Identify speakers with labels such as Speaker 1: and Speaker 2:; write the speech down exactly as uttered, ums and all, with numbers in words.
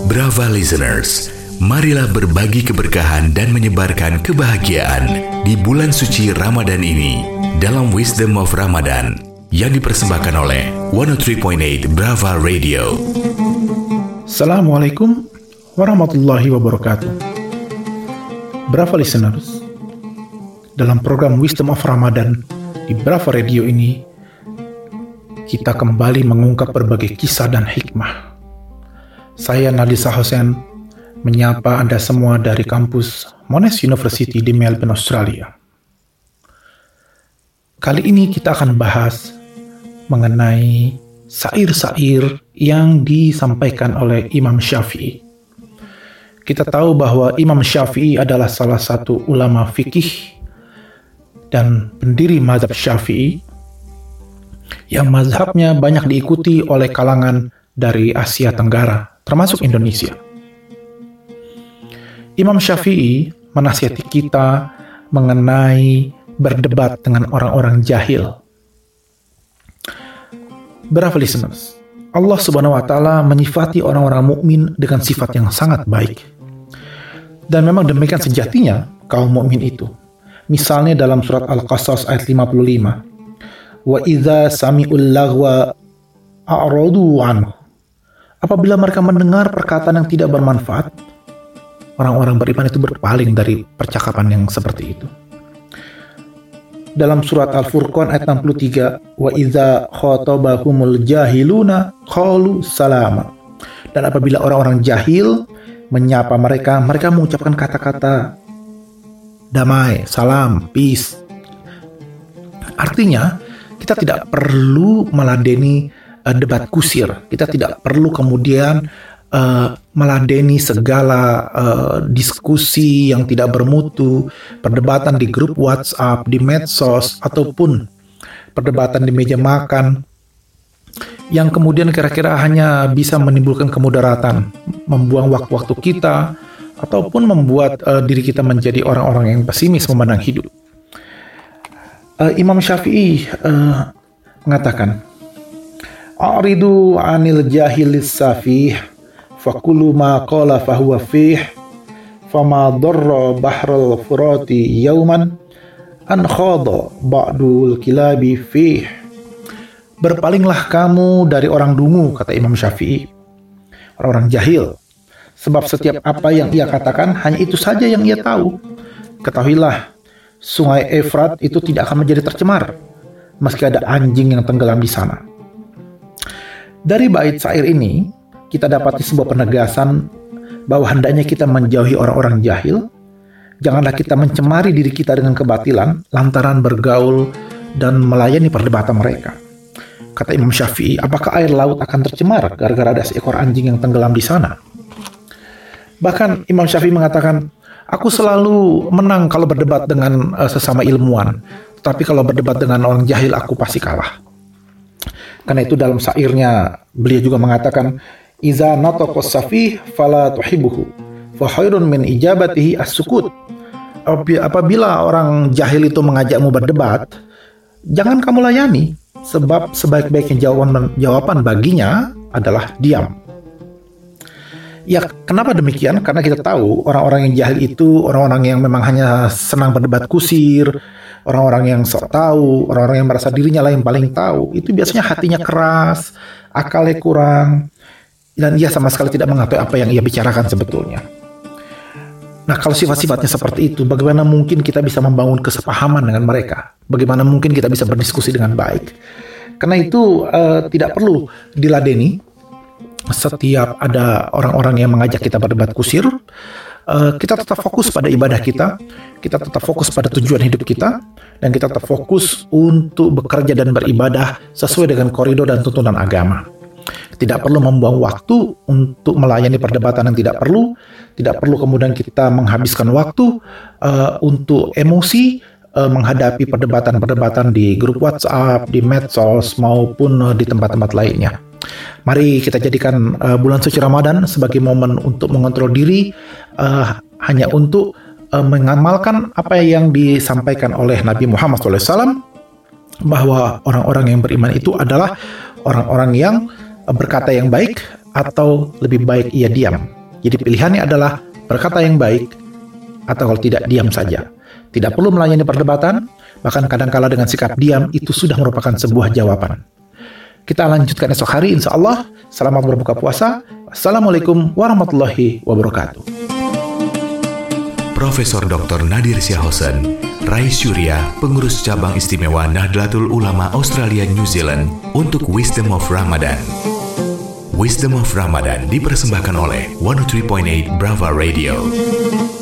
Speaker 1: Brava listeners, marilah berbagi keberkahan dan menyebarkan kebahagiaan di bulan suci Ramadan ini dalam Wisdom of Ramadan yang dipersembahkan oleh seratus tiga koma delapan Brava Radio.
Speaker 2: Assalamualaikum warahmatullahi wabarakatuh. Brava listeners, dalam program Wisdom of Ramadan di Brava Radio ini, kita kembali mengungkap berbagai kisah dan hikmah. Saya Nadisa Hussein menyapa Anda semua dari kampus Monash University di Melbourne, Australia. Kali ini kita akan bahas mengenai syair-syair yang disampaikan oleh Imam Syafi'i. Kita tahu bahwa Imam Syafi'i adalah salah satu ulama fikih dan pendiri mazhab Syafi'i yang mazhabnya banyak diikuti oleh kalangan dari Asia Tenggara, termasuk Indonesia. Imam Syafi'i menasihati kita mengenai berdebat dengan orang-orang jahil. Brava listeners, Allah Subhanahu wa taala menyifati orang-orang mukmin dengan sifat yang sangat baik. Dan memang demikian sejatinya kaum mukmin itu. Misalnya dalam surat Al-Qasas ayat lima puluh lima. Wa idza sami'ul lagwa a'radu anhu. Apabila mereka mendengar perkataan yang tidak bermanfaat, orang-orang beriman itu berpaling dari percakapan yang seperti itu. Dalam surat Al-Furqan ayat enam puluh tiga, wa idza khatabahumul jahiluna qalu salama. Dan apabila orang-orang jahil menyapa mereka, mereka mengucapkan kata-kata damai, salam, peace. Artinya, kita tidak perlu meladeni uh, debat kusir. Kita tidak perlu kemudian uh, meladeni segala uh, diskusi yang tidak bermutu, perdebatan di grup WhatsApp, di medsos, ataupun perdebatan di meja makan yang kemudian kira-kira hanya bisa menimbulkan kemudaratan, membuang waktu-waktu kita, ataupun membuat uh, diri kita menjadi orang-orang yang pesimis memandang hidup. Uh, Imam Syafi'i uh, mengatakan, "A'ridu 'anil jahilis safih, fakulu ma qala fahuwa fih, fama darra bahrul furati yauman an khada ba'dul kilabi fih." Berpalinglah kamu dari orang dungu, kata Imam Syafi'i, orang-orang jahil, sebab setiap apa yang ia katakan hanya itu saja yang ia tahu. Ketahuilah, sungai Efrat itu tidak akan menjadi tercemar meski ada anjing yang tenggelam di sana. Dari bait syair ini, kita dapati sebuah penegasan bahwa hendaknya kita menjauhi orang-orang jahil. Janganlah kita mencemari diri kita dengan kebatilan lantaran bergaul dan melayani perdebatan mereka. Kata Imam Syafi'i, apakah air laut akan tercemar gara-gara ada seekor anjing yang tenggelam di sana? Bahkan Imam Syafi'i mengatakan, aku selalu menang kalau berdebat dengan uh, sesama ilmuwan, tetapi kalau berdebat dengan orang jahil aku pasti kalah. Karena itu dalam syairnya beliau juga mengatakan, iza nataqas safih fala tuhibbuhu fa khairun min ijabatihi as-sukut. Apabila orang jahil itu mengajakmu berdebat, jangan kamu layani, sebab sebaik-baiknya jawaban jawaban baginya adalah diam. Ya, kenapa demikian? Karena kita tahu orang-orang yang jahil itu orang-orang yang memang hanya senang berdebat kusir, orang-orang yang sok tahu, orang-orang yang merasa dirinya lah yang paling tahu. Itu biasanya hatinya keras, akalnya kurang, dan ia sama sekali tidak mengetahui apa yang ia bicarakan sebetulnya. Nah, kalau sifat-sifatnya seperti itu, bagaimana mungkin kita bisa membangun kesepahaman dengan mereka? Bagaimana mungkin kita bisa berdiskusi dengan baik? Karena itu uh, tidak perlu diladeni. Setiap ada orang-orang yang mengajak kita berdebat kusir, uh, kita tetap fokus pada ibadah kita, kita tetap fokus pada tujuan hidup kita, dan kita tetap fokus untuk bekerja dan beribadah sesuai dengan koridor dan tuntunan agama. Tidak perlu membuang waktu untuk melayani perdebatan yang tidak perlu. Tidak perlu kemudian kita menghabiskan waktu uh, untuk emosi uh, menghadapi perdebatan-perdebatan di grup WhatsApp, di medsos, maupun uh, di tempat-tempat lainnya. Mari kita jadikan uh, bulan suci Ramadan sebagai momen untuk mengontrol diri, uh, hanya untuk uh, mengamalkan apa yang disampaikan oleh Nabi Muhammad shallallahu alaihi wasallam, bahwa orang-orang yang beriman itu adalah orang-orang yang berkata yang baik, atau lebih baik ia diam. Jadi pilihannya adalah berkata yang baik, atau kalau tidak, diam saja. Tidak perlu melayani perdebatan, bahkan kadangkala dengan sikap diam itu sudah merupakan sebuah jawaban. Kita lanjutkan esok hari insya Allah. Selamat berbuka puasa. Assalamualaikum warahmatullahi wabarakatuh.
Speaker 1: Profesor Doktor Nadir Syahosen, Rais Syuriah, Pengurus Cabang Istimewa Nahdlatul Ulama Australia New Zealand untuk Wisdom of Ramadan. Wisdom of Ramadan dipersembahkan oleh seratus tiga koma delapan Brava Radio.